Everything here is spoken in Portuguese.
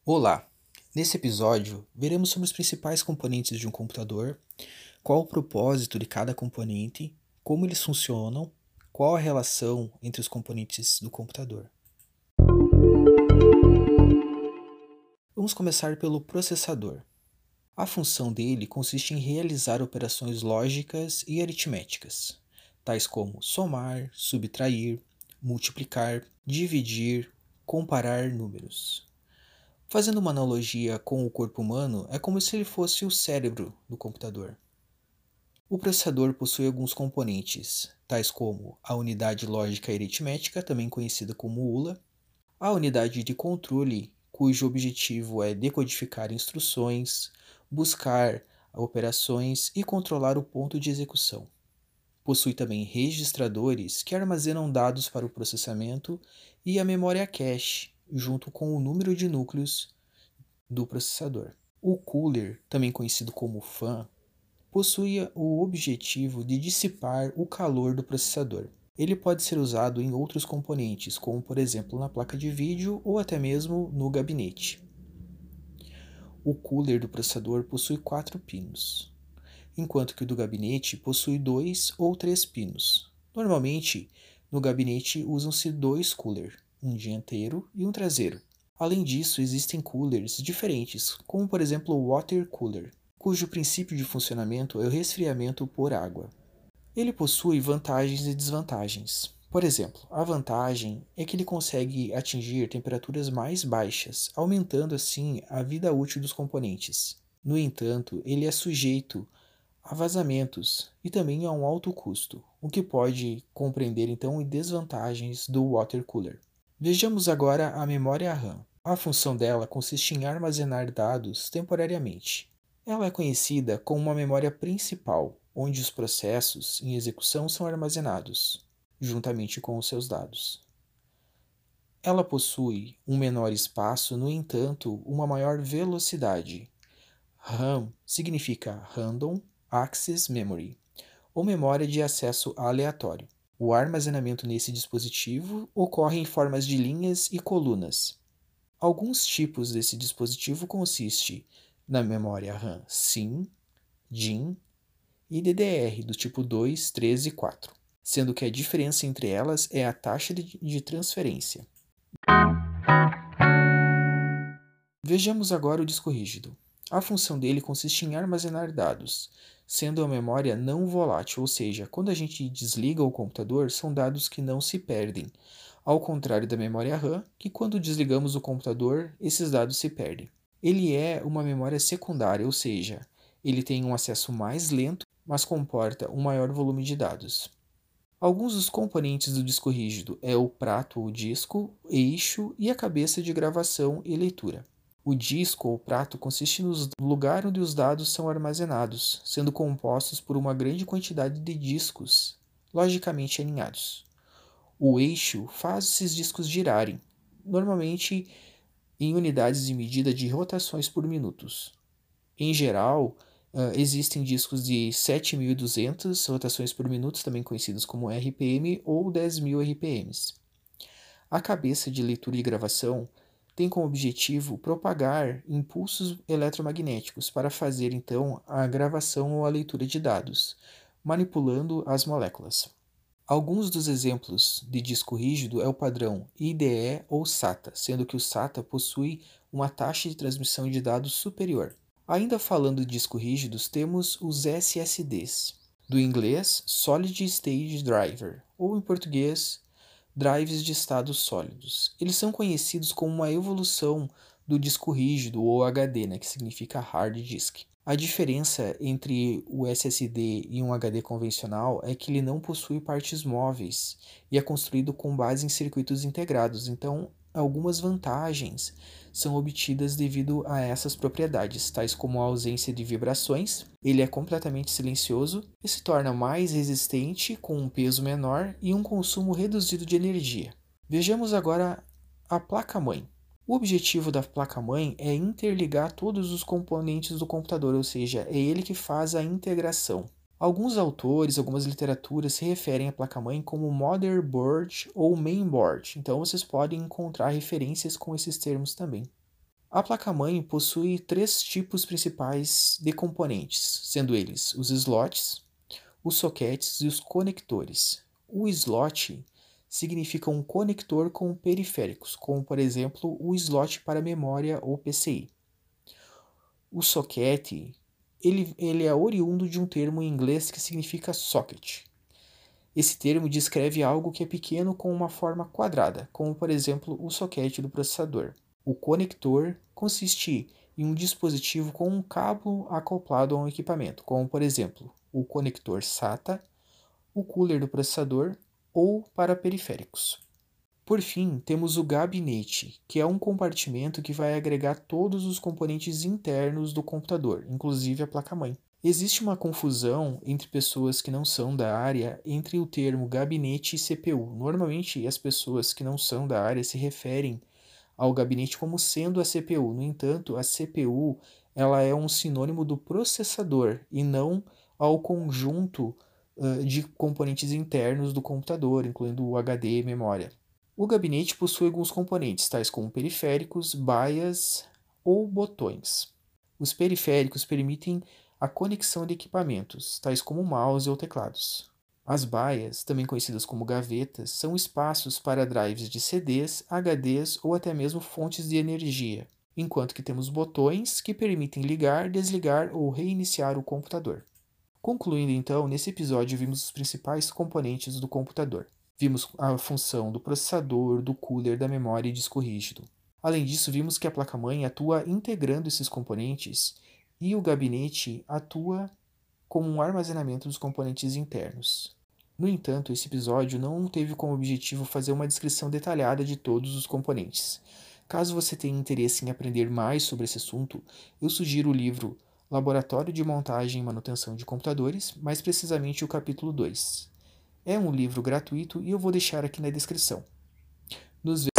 Olá! Nesse episódio, veremos sobre os principais componentes de um computador, qual o propósito de cada componente, como eles funcionam, qual a relação entre os componentes do computador. Vamos começar pelo processador. A função dele consiste em realizar operações lógicas e aritméticas, tais como somar, subtrair, multiplicar, dividir, comparar números. Fazendo uma analogia com o corpo humano, é como se ele fosse o cérebro do computador. O processador possui alguns componentes, tais como a unidade lógica aritmética, também conhecida como ULA, a unidade de controle, cujo objetivo é decodificar instruções, buscar operações e controlar o ponto de execução. Possui também registradores que armazenam dados para o processamento e a memória cache, junto com o número de núcleos do processador. O cooler, também conhecido como fan, possui o objetivo de dissipar o calor do processador. Ele pode ser usado em outros componentes, como por exemplo na placa de vídeo ou até mesmo no gabinete. O cooler do processador possui 4 pinos, enquanto que o do gabinete possui 2 ou 3 pinos. Normalmente, no gabinete usam-se dois coolers, um dianteiro e um traseiro. Além disso, existem coolers diferentes, como por exemplo o water cooler, cujo princípio de funcionamento é o resfriamento por água. Ele possui vantagens e desvantagens. Por exemplo, a vantagem é que ele consegue atingir temperaturas mais baixas, aumentando assim a vida útil dos componentes. No entanto, ele é sujeito a vazamentos e também a um alto custo, o que pode compreender então as desvantagens do water cooler. Vejamos agora a memória RAM. A função dela consiste em armazenar dados temporariamente. Ela é conhecida como uma memória principal, onde os processos em execução são armazenados, juntamente com os seus dados. Ela possui um menor espaço, no entanto, uma maior velocidade. RAM significa Random Access Memory, ou memória de acesso aleatório. O armazenamento nesse dispositivo ocorre em formas de linhas e colunas. Alguns tipos desse dispositivo consistem na memória RAM SIM, DIMM e DDR do tipo 2, 3 e 4, sendo que a diferença entre elas é a taxa de transferência. Vejamos agora o disco rígido. A função dele consiste em armazenar dados, sendo a memória não volátil, ou seja, quando a gente desliga o computador, são dados que não se perdem, ao contrário da memória RAM, que quando desligamos o computador, esses dados se perdem. Ele é uma memória secundária, ou seja, ele tem um acesso mais lento, mas comporta um maior volume de dados. Alguns dos componentes do disco rígido é o prato ou disco, eixo e a cabeça de gravação e leitura. O disco ou prato consiste no lugar onde os dados são armazenados, sendo compostos por uma grande quantidade de discos, logicamente alinhados. O eixo faz esses discos girarem, normalmente em unidades de medida de rotações por minutos. Em geral, existem discos de 7.200 rotações por minuto, também conhecidos como RPM ou 10.000 RPMs. A cabeça de leitura e gravação tem como objetivo propagar impulsos eletromagnéticos para fazer então a gravação ou a leitura de dados, manipulando as moléculas. Alguns dos exemplos de disco rígido é o padrão IDE ou SATA, sendo que o SATA possui uma taxa de transmissão de dados superior. Ainda falando de disco rígidos, temos os SSDs, do inglês Solid State Drive, ou em português, drives de estados sólidos. Eles são conhecidos como uma evolução do disco rígido ou HD, que significa Hard Disk. A diferença entre o SSD e um HD convencional é que ele não possui partes móveis e é construído com base em circuitos integrados, então algumas vantagens são obtidas devido a essas propriedades, tais como a ausência de vibrações, ele é completamente silencioso e se torna mais resistente com um peso menor e um consumo reduzido de energia. Vejamos agora a placa-mãe. O objetivo da placa-mãe é interligar todos os componentes do computador, ou seja, é ele que faz a integração. Alguns autores, algumas literaturas se referem à placa-mãe como motherboard ou mainboard, então vocês podem encontrar referências com esses termos também. A placa-mãe possui três tipos principais de componentes, sendo eles os slots, os sockets e os conectores. O slot significa um conector com periféricos, como por exemplo o slot para memória ou PCI. O socket ele é oriundo de um termo em inglês que significa socket. Esse termo descreve algo que é pequeno com uma forma quadrada, como por exemplo o socket do processador. O conector consiste em um dispositivo com um cabo acoplado a um equipamento, como por exemplo o conector SATA, o cooler do processador ou para periféricos. Por fim, temos o gabinete, que é um compartimento que vai agregar todos os componentes internos do computador, inclusive a placa-mãe. Existe uma confusão entre pessoas que não são da área entre o termo gabinete e CPU. Normalmente, as pessoas que não são da área se referem ao gabinete como sendo a CPU. No entanto, a CPU ela é um sinônimo do processador e não ao conjunto de componentes internos do computador, incluindo o HD e memória. O gabinete possui alguns componentes, tais como periféricos, baias ou botões. Os periféricos permitem a conexão de equipamentos, tais como mouse ou teclados. As baias, também conhecidas como gavetas, são espaços para drives de CDs, HDs ou até mesmo fontes de energia, enquanto que temos botões que permitem ligar, desligar ou reiniciar o computador. Concluindo então, nesse episódio vimos os principais componentes do computador. Vimos a função do processador, do cooler, da memória e disco rígido. Além disso, vimos que a placa-mãe atua integrando esses componentes e o gabinete atua como um armazenamento dos componentes internos. No entanto, esse episódio não teve como objetivo fazer uma descrição detalhada de todos os componentes. Caso você tenha interesse em aprender mais sobre esse assunto, eu sugiro o livro Laboratório de Montagem e Manutenção de Computadores, mais precisamente o capítulo 2. É um livro gratuito e eu vou deixar aqui na descrição. Nos